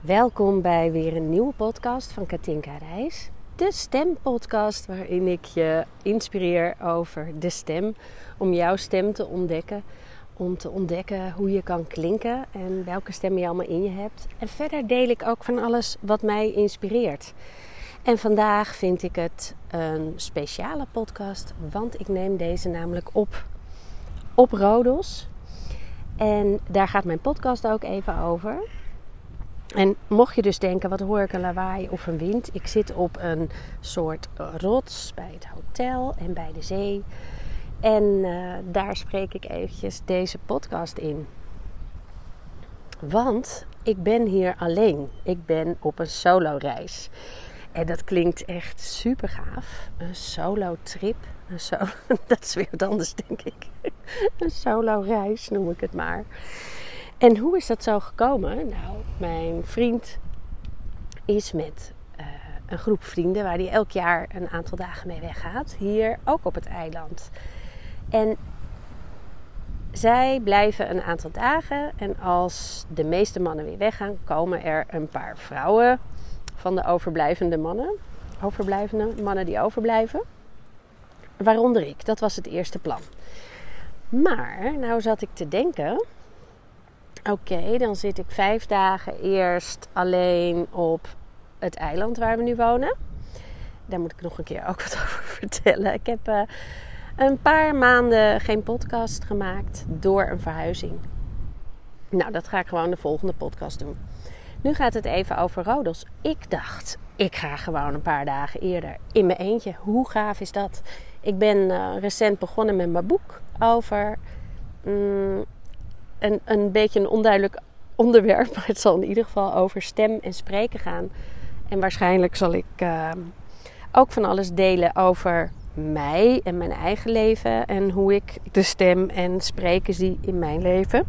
Welkom bij weer een nieuwe podcast van Katinka Reis. De stempodcast waarin ik je inspireer over de stem. Om jouw stem te ontdekken. Om te ontdekken hoe je kan klinken en welke stem je allemaal in je hebt. En verder deel ik ook van alles wat mij inspireert. En vandaag vind ik het een speciale podcast, want ik neem deze namelijk op Rhodos. En daar gaat mijn podcast ook even over. En mocht je dus denken, wat hoor ik, een lawaai of een wind? Ik zit op een soort rots bij het hotel en bij de zee. En daar spreek ik eventjes deze podcast in. Want ik ben hier alleen. Ik ben op een solo reis. En dat klinkt echt super gaaf. Een solo trip. Dat is weer wat anders, denk ik. Een solo reis noem ik het maar. En hoe is dat zo gekomen? Nou, mijn vriend is met een groep vrienden waar hij elk jaar een aantal dagen mee weggaat. Hier ook op het eiland. En zij blijven een aantal dagen. En als de meeste mannen weer weggaan, komen er een paar vrouwen van de overblijvende mannen die overblijven. Waaronder ik. Dat was het eerste plan. Maar, nou zat ik te denken, oké, dan zit ik 5 dagen eerst alleen op het eiland waar we nu wonen. Daar moet ik nog een keer ook wat over vertellen. Ik heb een paar maanden geen podcast gemaakt door een verhuizing. Nou, dat ga ik gewoon de volgende podcast doen. Nu gaat het even over Rhodos. Ik dacht, ik ga gewoon een paar dagen eerder in mijn eentje. Hoe gaaf is dat? Ik ben recent begonnen met mijn boek over een beetje een onduidelijk onderwerp. Maar het zal in ieder geval over stem en spreken gaan. En waarschijnlijk zal ik ook van alles delen over mij en mijn eigen leven. En hoe ik de stem en spreken zie in mijn leven.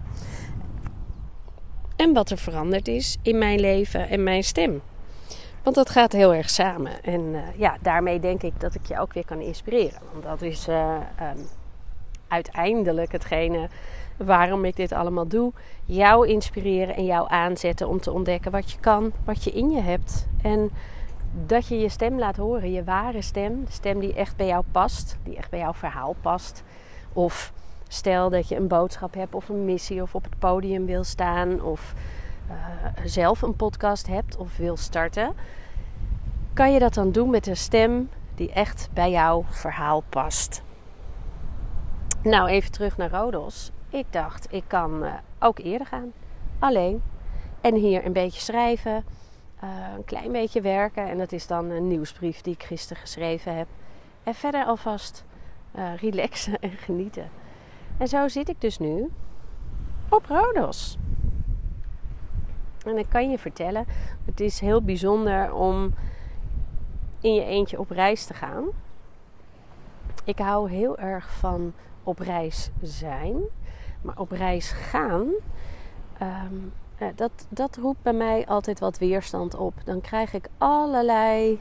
En wat er veranderd is in mijn leven en mijn stem. Want dat gaat heel erg samen. En daarmee denk ik dat ik je ook weer kan inspireren. Want dat is uiteindelijk hetgene waarom ik dit allemaal doe. Jou inspireren en jou aanzetten om te ontdekken wat je kan, wat je in je hebt. En dat je je stem laat horen, je ware stem. De stem die echt bij jou past, die echt bij jouw verhaal past. Of stel dat je een boodschap hebt of een missie of op het podium wil staan. Of zelf een podcast hebt of wil starten. Kan je dat dan doen met een stem die echt bij jouw verhaal past. Nou, even terug naar Rhodos. Ik dacht, ik kan ook eerder gaan. Alleen. En hier een beetje schrijven. Een klein beetje werken. En dat is dan een nieuwsbrief die ik gisteren geschreven heb. En verder alvast relaxen en genieten. En zo zit ik dus nu op Rhodos. En ik kan je vertellen, het is heel bijzonder om in je eentje op reis te gaan. Ik hou heel erg van op reis zijn. Maar op reis gaan, dat roept bij mij altijd wat weerstand op. Dan krijg ik allerlei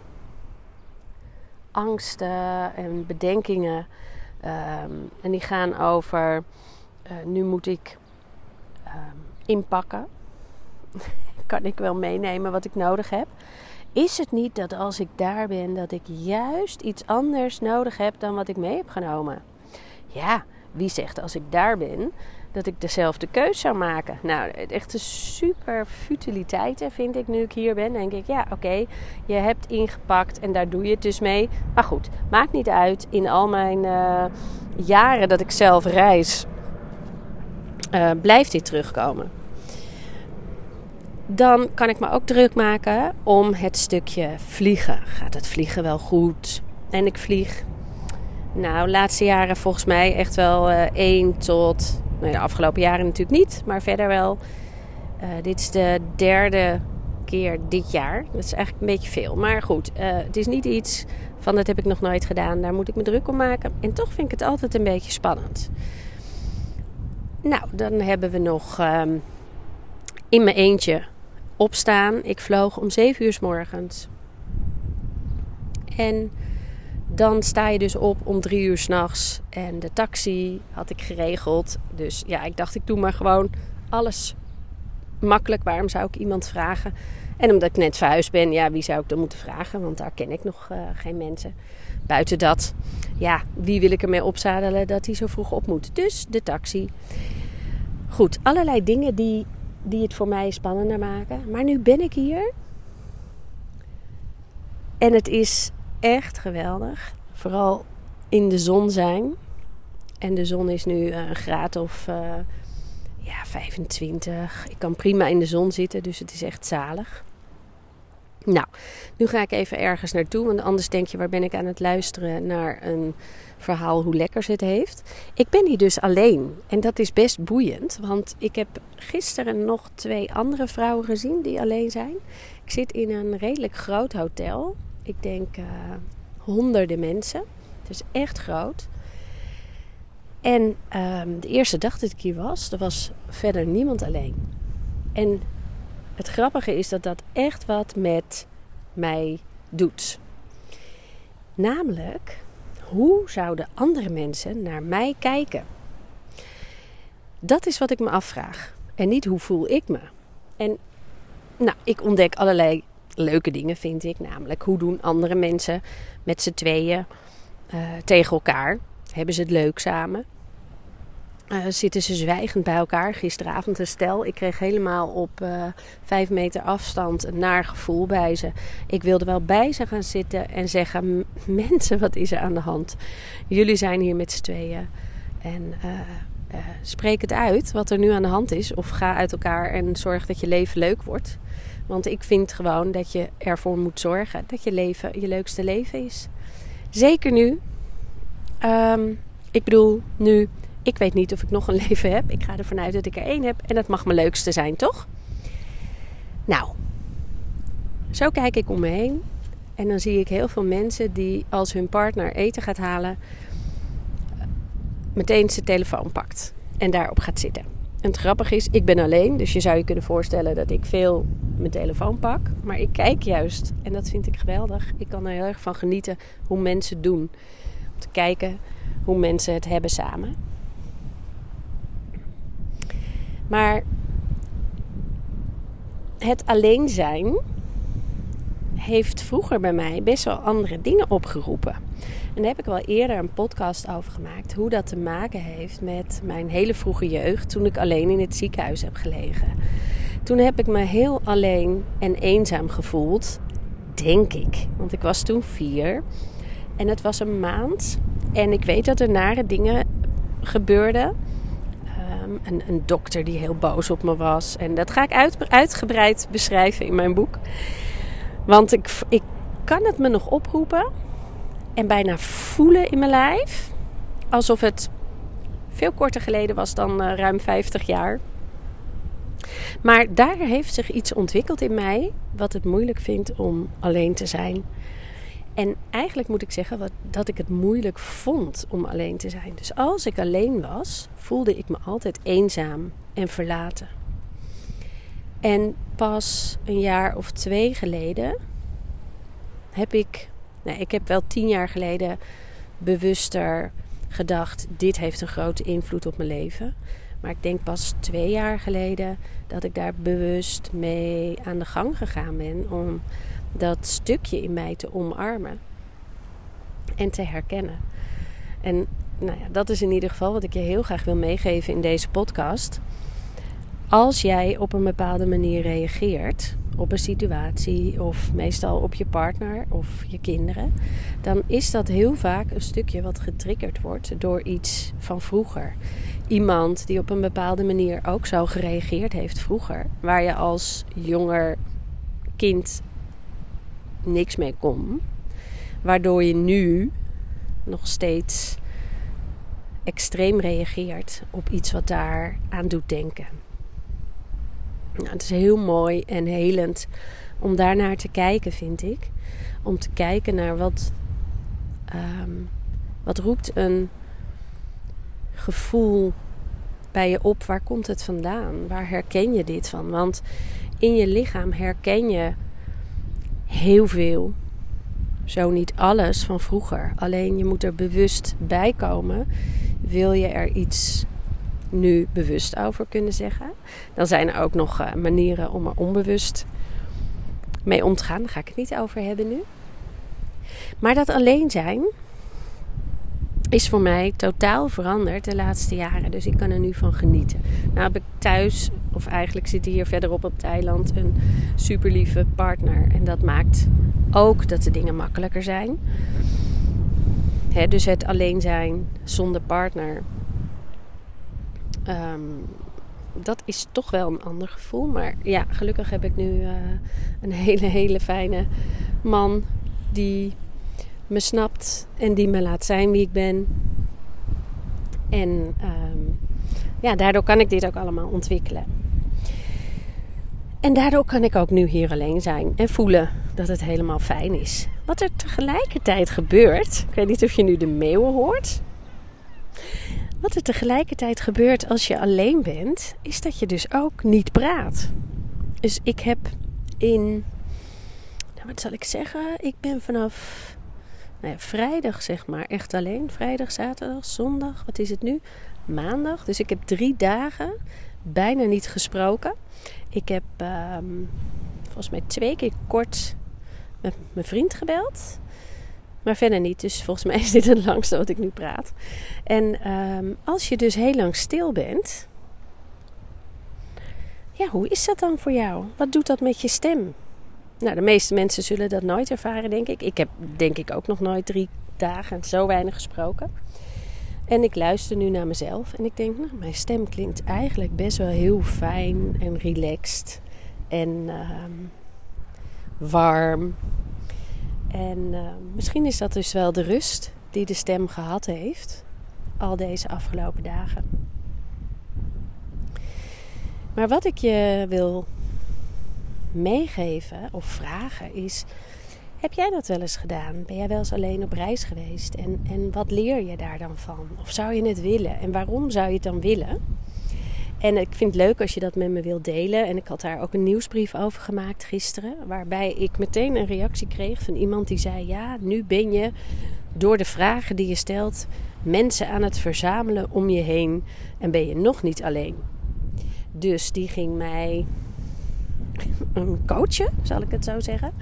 angsten en bedenkingen. En die gaan over, nu moet ik inpakken. Kan ik wel meenemen wat ik nodig heb? Is het niet dat als ik daar ben, dat ik juist iets anders nodig heb dan wat ik mee heb genomen? Ja, wie zegt als ik daar ben dat ik dezelfde keus zou maken? Nou, echt een super futiliteiten vind ik nu ik hier ben. Denk ik, ja, oké, je hebt ingepakt en daar doe je het dus mee. Maar goed, maakt niet uit. In al mijn jaren dat ik zelf reis, blijft dit terugkomen. Dan kan ik me ook druk maken om het stukje vliegen. Gaat het vliegen wel goed? En ik vlieg, nou, de laatste jaren volgens mij echt wel 1 tot... Nou, de afgelopen jaren natuurlijk niet, maar verder wel. Dit is de 3e keer dit jaar. Dat is eigenlijk een beetje veel. Maar goed, het is niet iets van dat heb ik nog nooit gedaan. Daar moet ik me druk om maken. En toch vind ik het altijd een beetje spannend. Nou, dan hebben we nog in mijn eentje opstaan. Ik vloog om 7 uur 's morgens. En dan sta je dus op om 3 uur 's nachts. En de taxi had ik geregeld. Dus ja, ik dacht ik doe maar gewoon alles makkelijk. Waarom zou ik iemand vragen? En omdat ik net verhuisd ben, ja, wie zou ik dan moeten vragen? Want daar ken ik nog geen mensen. Buiten dat, ja, wie wil ik ermee opzadelen dat hij zo vroeg op moet? Dus de taxi. Goed, allerlei dingen die het voor mij spannender maken. Maar nu ben ik hier. En het is echt geweldig. Vooral in de zon zijn. En de zon is nu een graad of 25. Ik kan prima in de zon zitten, dus het is echt zalig. Nou, nu ga ik even ergens naartoe. Want anders denk je, waar ben ik aan het luisteren naar een verhaal hoe lekker ze het heeft. Ik ben hier dus alleen. En dat is best boeiend. Want ik heb gisteren nog 2 andere vrouwen gezien die alleen zijn. Ik zit in een redelijk groot hotel. Ik denk honderden mensen. Het is echt groot. En de eerste dag dat ik hier was, er was verder niemand alleen. En het grappige is dat dat echt wat met mij doet. Namelijk, hoe zouden andere mensen naar mij kijken? Dat is wat ik me afvraag. En niet hoe voel ik me. En nou, ik ontdek allerlei leuke dingen, vind ik. Namelijk, hoe doen andere mensen met z'n tweeën tegen elkaar? Hebben ze het leuk samen? Zitten ze zwijgend bij elkaar? Gisteravond een stel. Ik kreeg helemaal op 5 meter afstand een naar gevoel bij ze. Ik wilde wel bij ze gaan zitten en zeggen: mensen, wat is er aan de hand? Jullie zijn hier met z'n tweeën. En spreek het uit wat er nu aan de hand is. Of ga uit elkaar en zorg dat je leven leuk wordt. Want ik vind gewoon dat je ervoor moet zorgen dat je leven je leukste leven is. Zeker nu. Ik bedoel, nu... Ik weet niet of ik nog een leven heb. Ik ga ervan uit dat ik er 1 heb. En dat mag mijn leukste zijn, toch? Nou, zo kijk ik om me heen. En dan zie ik heel veel mensen die als hun partner eten gaat halen, meteen zijn telefoon pakt. En daarop gaat zitten. En het grappige is, ik ben alleen. Dus je zou je kunnen voorstellen dat ik veel mijn telefoon pak. Maar ik kijk juist. En dat vind ik geweldig. Ik kan er heel erg van genieten hoe mensen het doen. Om te kijken hoe mensen het hebben samen. Maar het alleen zijn heeft vroeger bij mij best wel andere dingen opgeroepen. En daar heb ik wel eerder een podcast over gemaakt. Hoe dat te maken heeft met mijn hele vroege jeugd. Toen ik alleen in het ziekenhuis heb gelegen. Toen heb ik me heel alleen en eenzaam gevoeld. Denk ik. Want ik was toen 4. En het was een maand. En ik weet dat er nare dingen gebeurden. Een dokter die heel boos op me was. En dat ga ik uitgebreid beschrijven in mijn boek. Want ik kan het me nog oproepen. En bijna voelen in mijn lijf. Alsof het veel korter geleden was dan ruim 50 jaar. Maar daar heeft zich iets ontwikkeld in mij. Wat het moeilijk vindt om alleen te zijn. En eigenlijk moet ik zeggen dat ik het moeilijk vond om alleen te zijn. Dus als ik alleen was, voelde ik me altijd eenzaam en verlaten. En pas een jaar of 2 geleden heb ik heb wel 10 jaar geleden bewuster gedacht, dit heeft een grote invloed op mijn leven. Maar ik denk pas 2 jaar geleden dat ik daar bewust mee aan de gang gegaan ben om dat stukje in mij te omarmen en te herkennen. En dat is in ieder geval wat ik je heel graag wil meegeven in deze podcast. Als jij op een bepaalde manier reageert op een situatie of meestal op je partner of je kinderen, dan is dat heel vaak een stukje wat getriggerd wordt door iets van vroeger. Iemand die op een bepaalde manier ook zo gereageerd heeft vroeger, waar je als jonger kind niks mee kon, waardoor je nu nog steeds extreem reageert op iets wat daar aan doet denken. Nou, het is heel mooi en helend om daarnaar te kijken, vind ik. Om te kijken naar wat roept een gevoel bij je op. Waar komt het vandaan? Waar herken je dit van? Want in je lichaam herken je heel veel. Zo niet alles van vroeger. Alleen je moet er bewust bij komen. Wil je er iets nu bewust over kunnen zeggen. Dan zijn er ook nog manieren om er onbewust mee om te gaan. Daar ga ik het niet over hebben nu. Maar dat alleen zijn is voor mij totaal veranderd de laatste jaren. Dus ik kan er nu van genieten. Nou heb ik thuis, of eigenlijk zit hier verderop op het eiland, een super lieve partner. En dat maakt ook dat de dingen makkelijker zijn. Dus het alleen zijn zonder partner, dat is toch wel een ander gevoel. Maar ja, gelukkig heb ik nu een hele fijne man die me snapt en die me laat zijn wie ik ben. En daardoor kan ik dit ook allemaal ontwikkelen. En daardoor kan ik ook nu hier alleen zijn en voelen dat het helemaal fijn is. Wat er tegelijkertijd gebeurt, ik weet niet of je nu de meeuwen hoort. Wat er tegelijkertijd gebeurt als je alleen bent, is dat je dus ook niet praat. Dus ik heb wat zal ik zeggen? Ik ben vanaf vrijdag zeg maar echt alleen. Vrijdag, zaterdag, zondag, wat is het nu? Maandag. Dus ik heb 3 dagen bijna niet gesproken. Ik heb volgens mij 2 keer kort met mijn vriend gebeld. Maar verder niet. Dus volgens mij is dit het langste wat ik nu praat. En als je dus heel lang stil bent. Ja, hoe is dat dan voor jou? Wat doet dat met je stem? Nou, de meeste mensen zullen dat nooit ervaren, denk ik. Ik heb denk ik ook nog nooit 3 dagen zo weinig gesproken. En ik luister nu naar mezelf. En ik denk, mijn stem klinkt eigenlijk best wel heel fijn en relaxed. En warm. En misschien is dat dus wel de rust die de stem gehad heeft. Al deze afgelopen dagen. Maar wat ik je wil meegeven of vragen is, heb jij dat wel eens gedaan? Ben jij wel eens alleen op reis geweest? En wat leer je daar dan van? Of zou je het willen? En waarom zou je het dan willen? En ik vind het leuk als je dat met me wilt delen. En ik had daar ook een nieuwsbrief over gemaakt gisteren. Waarbij ik meteen een reactie kreeg van iemand die zei, ja, nu ben je door de vragen die je stelt mensen aan het verzamelen om je heen. En ben je nog niet alleen. Dus die ging mij coachen, zal ik het zo zeggen.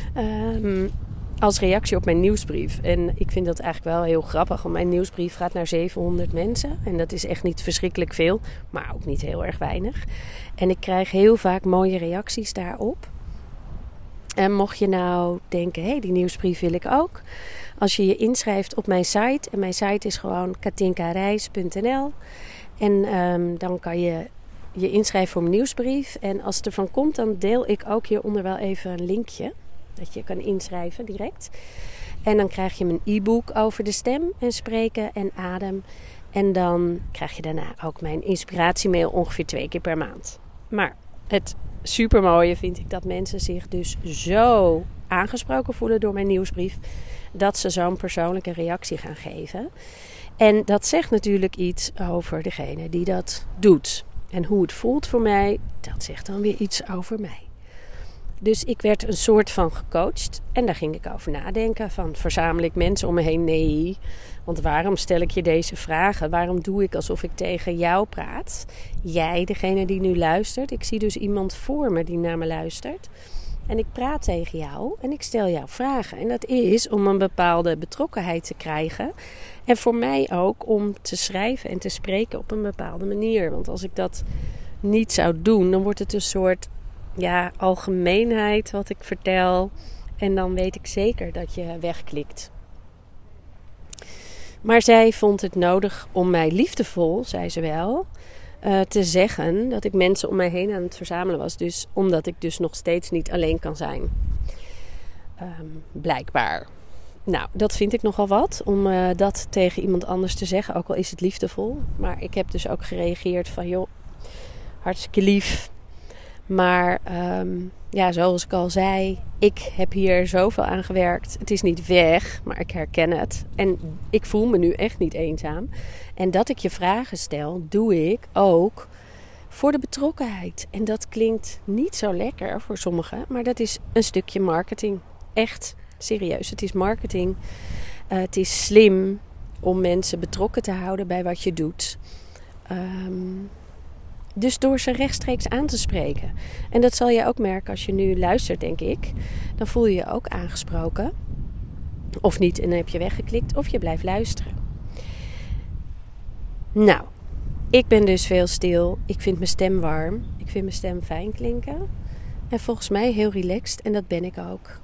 Als reactie op mijn nieuwsbrief. En ik vind dat eigenlijk wel heel grappig. Want mijn nieuwsbrief gaat naar 700 mensen. En dat is echt niet verschrikkelijk veel. Maar ook niet heel erg weinig. En ik krijg heel vaak mooie reacties daarop. En mocht je nou denken, die nieuwsbrief wil ik ook. Als je je inschrijft op mijn site. En mijn site is gewoon katinkareis.nl. En dan kan je je inschrijven voor mijn nieuwsbrief. En als het ervan komt, dan deel ik ook hieronder wel even een linkje. Dat je kan inschrijven direct. En dan krijg je mijn e-book over de stem en spreken en adem. En dan krijg je daarna ook mijn inspiratiemail ongeveer 2 keer per maand. Maar het supermooie vind ik dat mensen zich dus zo aangesproken voelen door mijn nieuwsbrief. Dat ze zo'n persoonlijke reactie gaan geven. En dat zegt natuurlijk iets over degene die dat doet. En hoe het voelt voor mij, dat zegt dan weer iets over mij. Dus ik werd een soort van gecoacht. En daar ging ik over nadenken. Van, verzamel ik mensen om me heen? Nee. Want waarom stel ik je deze vragen? Waarom doe ik alsof ik tegen jou praat? Jij, degene die nu luistert. Ik zie dus iemand voor me die naar me luistert. En ik praat tegen jou en ik stel jou vragen. En dat is om een bepaalde betrokkenheid te krijgen. En voor mij ook om te schrijven en te spreken op een bepaalde manier. Want als ik dat niet zou doen, dan wordt het een soort algemeenheid wat ik vertel. En dan weet ik zeker dat je wegklikt. Maar zij vond het nodig om mij liefdevol, zei ze wel, te zeggen dat ik mensen om mij heen aan het verzamelen was. Dus omdat ik dus nog steeds niet alleen kan zijn. Blijkbaar. Nou, dat vind ik nogal wat. Om dat tegen iemand anders te zeggen. Ook al is het liefdevol. Maar ik heb dus ook gereageerd van, joh, hartstikke lief. Maar zoals ik al zei, ik heb hier zoveel aan gewerkt. Het is niet weg, maar ik herken het. En ik voel me nu echt niet eenzaam. En dat ik je vragen stel, doe ik ook voor de betrokkenheid. En dat klinkt niet zo lekker voor sommigen, maar dat is een stukje marketing. Echt serieus, het is marketing. Het is slim om mensen betrokken te houden bij wat je doet. Dus door ze rechtstreeks aan te spreken. En dat zal je ook merken als je nu luistert, denk ik. Dan voel je je ook aangesproken. Of niet, en dan heb je weggeklikt. Of je blijft luisteren. Nou, ik ben dus veel stil. Ik vind mijn stem warm. Ik vind mijn stem fijn klinken. En volgens mij heel relaxed. En dat ben ik ook.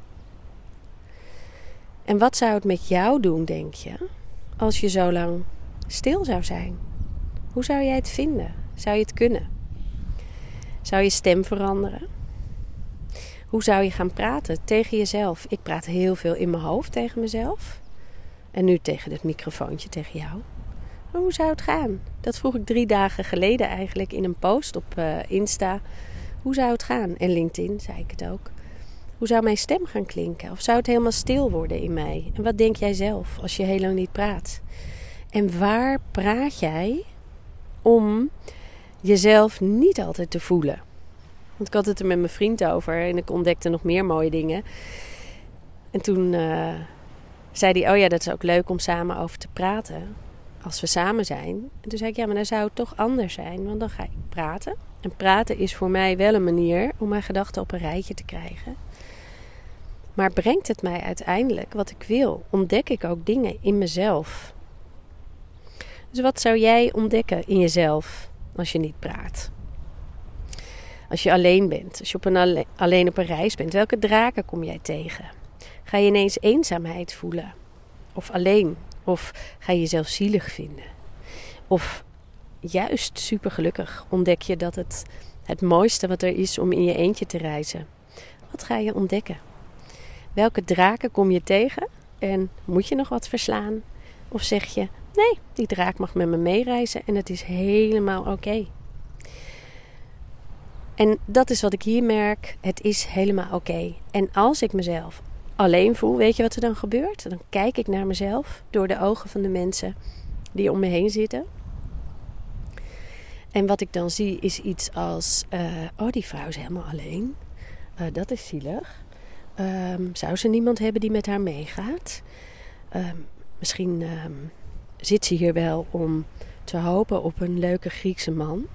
En wat zou het met jou doen, denk je? Als je zo lang stil zou zijn? Hoe zou jij het vinden? Zou je het kunnen? Zou je stem veranderen? Hoe zou je gaan praten tegen jezelf? Ik praat heel veel in mijn hoofd tegen mezelf. En nu tegen het microfoontje tegen jou. Maar hoe zou het gaan? Dat vroeg ik 3 dagen geleden eigenlijk in een post op Insta. Hoe zou het gaan? En LinkedIn zei ik het ook. Hoe zou mijn stem gaan klinken? Of zou het helemaal stil worden in mij? En wat denk jij zelf als je heel lang niet praat? En waar praat jij om jezelf niet altijd te voelen? Want ik had het er met mijn vriend over en ik ontdekte nog meer mooie dingen. En toen zei hij, oh ja, dat is ook leuk om samen over te praten. Als we samen zijn. En toen zei ik, ja, maar dan zou het toch anders zijn. Want dan ga ik praten. En praten is voor mij wel een manier om mijn gedachten op een rijtje te krijgen. Maar brengt het mij uiteindelijk wat ik wil? Ontdek ik ook dingen in mezelf? Dus wat zou jij ontdekken in jezelf als je niet praat? Als je alleen bent, als je alleen op een reis bent, welke draken kom jij tegen? Ga je ineens eenzaamheid voelen? Of alleen? Of ga je jezelf zielig vinden? Of juist supergelukkig ontdek je dat het mooiste wat er is om in je eentje te reizen? Wat ga je ontdekken? Welke draken kom je tegen? En moet je nog wat verslaan? Of zeg je, nee, die draak mag met me meereizen en het is helemaal oké. En dat is wat ik hier merk. Het is helemaal oké. En als ik mezelf alleen voel, weet je wat er dan gebeurt? Dan kijk ik naar mezelf door de ogen van de mensen die om me heen zitten. En wat ik dan zie is iets als, oh, die vrouw is helemaal alleen. Dat is zielig. Zou ze niemand hebben die met haar meegaat? Misschien zit ze hier wel om te hopen op een leuke Griekse man.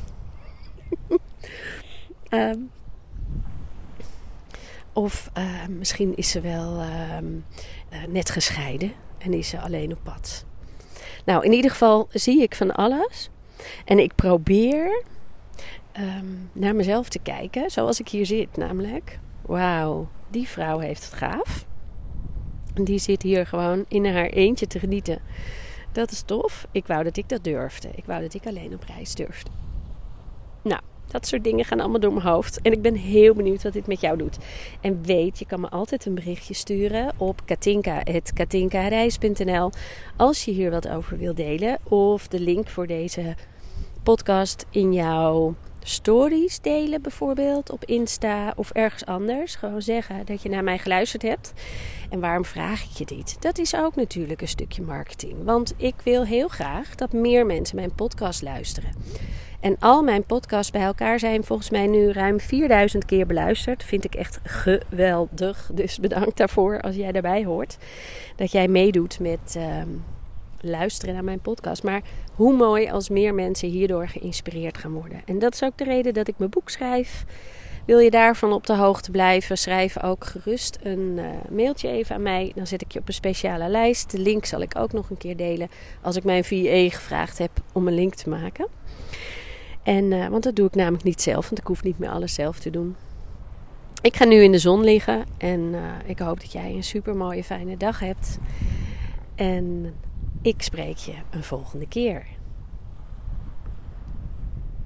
Of misschien is ze wel net gescheiden en is ze alleen op pad. Nou, in ieder geval zie ik van alles. En ik probeer naar mezelf te kijken, zoals ik hier zit. Namelijk, wauw, die vrouw heeft het gaaf. En die zit hier gewoon in haar eentje te genieten. Dat is tof. Ik wou dat ik dat durfde. Ik wou dat ik alleen op reis durfde. Nou, dat soort dingen gaan allemaal door mijn hoofd. En ik ben heel benieuwd wat dit met jou doet. En weet, je kan me altijd een berichtje sturen op katinka@katinkareis.nl als je hier wat over wil delen. Of de link voor deze podcast in jouw stories delen bijvoorbeeld. Op Insta of ergens anders. Gewoon zeggen dat je naar mij geluisterd hebt. En waarom vraag ik je dit? Dat is ook natuurlijk een stukje marketing. Want ik wil heel graag dat meer mensen mijn podcast luisteren. En al mijn podcasts bij elkaar zijn volgens mij nu ruim 4000 keer beluisterd. Vind ik echt geweldig. Dus bedankt daarvoor als jij daarbij hoort. Dat jij meedoet met luisteren naar mijn podcast. Maar hoe mooi als meer mensen hierdoor geïnspireerd gaan worden. En dat is ook de reden dat ik mijn boek schrijf. Wil je daarvan op de hoogte blijven? Schrijf ook gerust een mailtje even aan mij. Dan zet ik je op een speciale lijst. De link zal ik ook nog een keer delen als ik mijn VA gevraagd heb om een link te maken. En, want dat doe ik namelijk niet zelf, want ik hoef niet meer alles zelf te doen. Ik ga nu in de zon liggen en ik hoop dat jij een super mooie fijne dag hebt. En ik spreek je een volgende keer.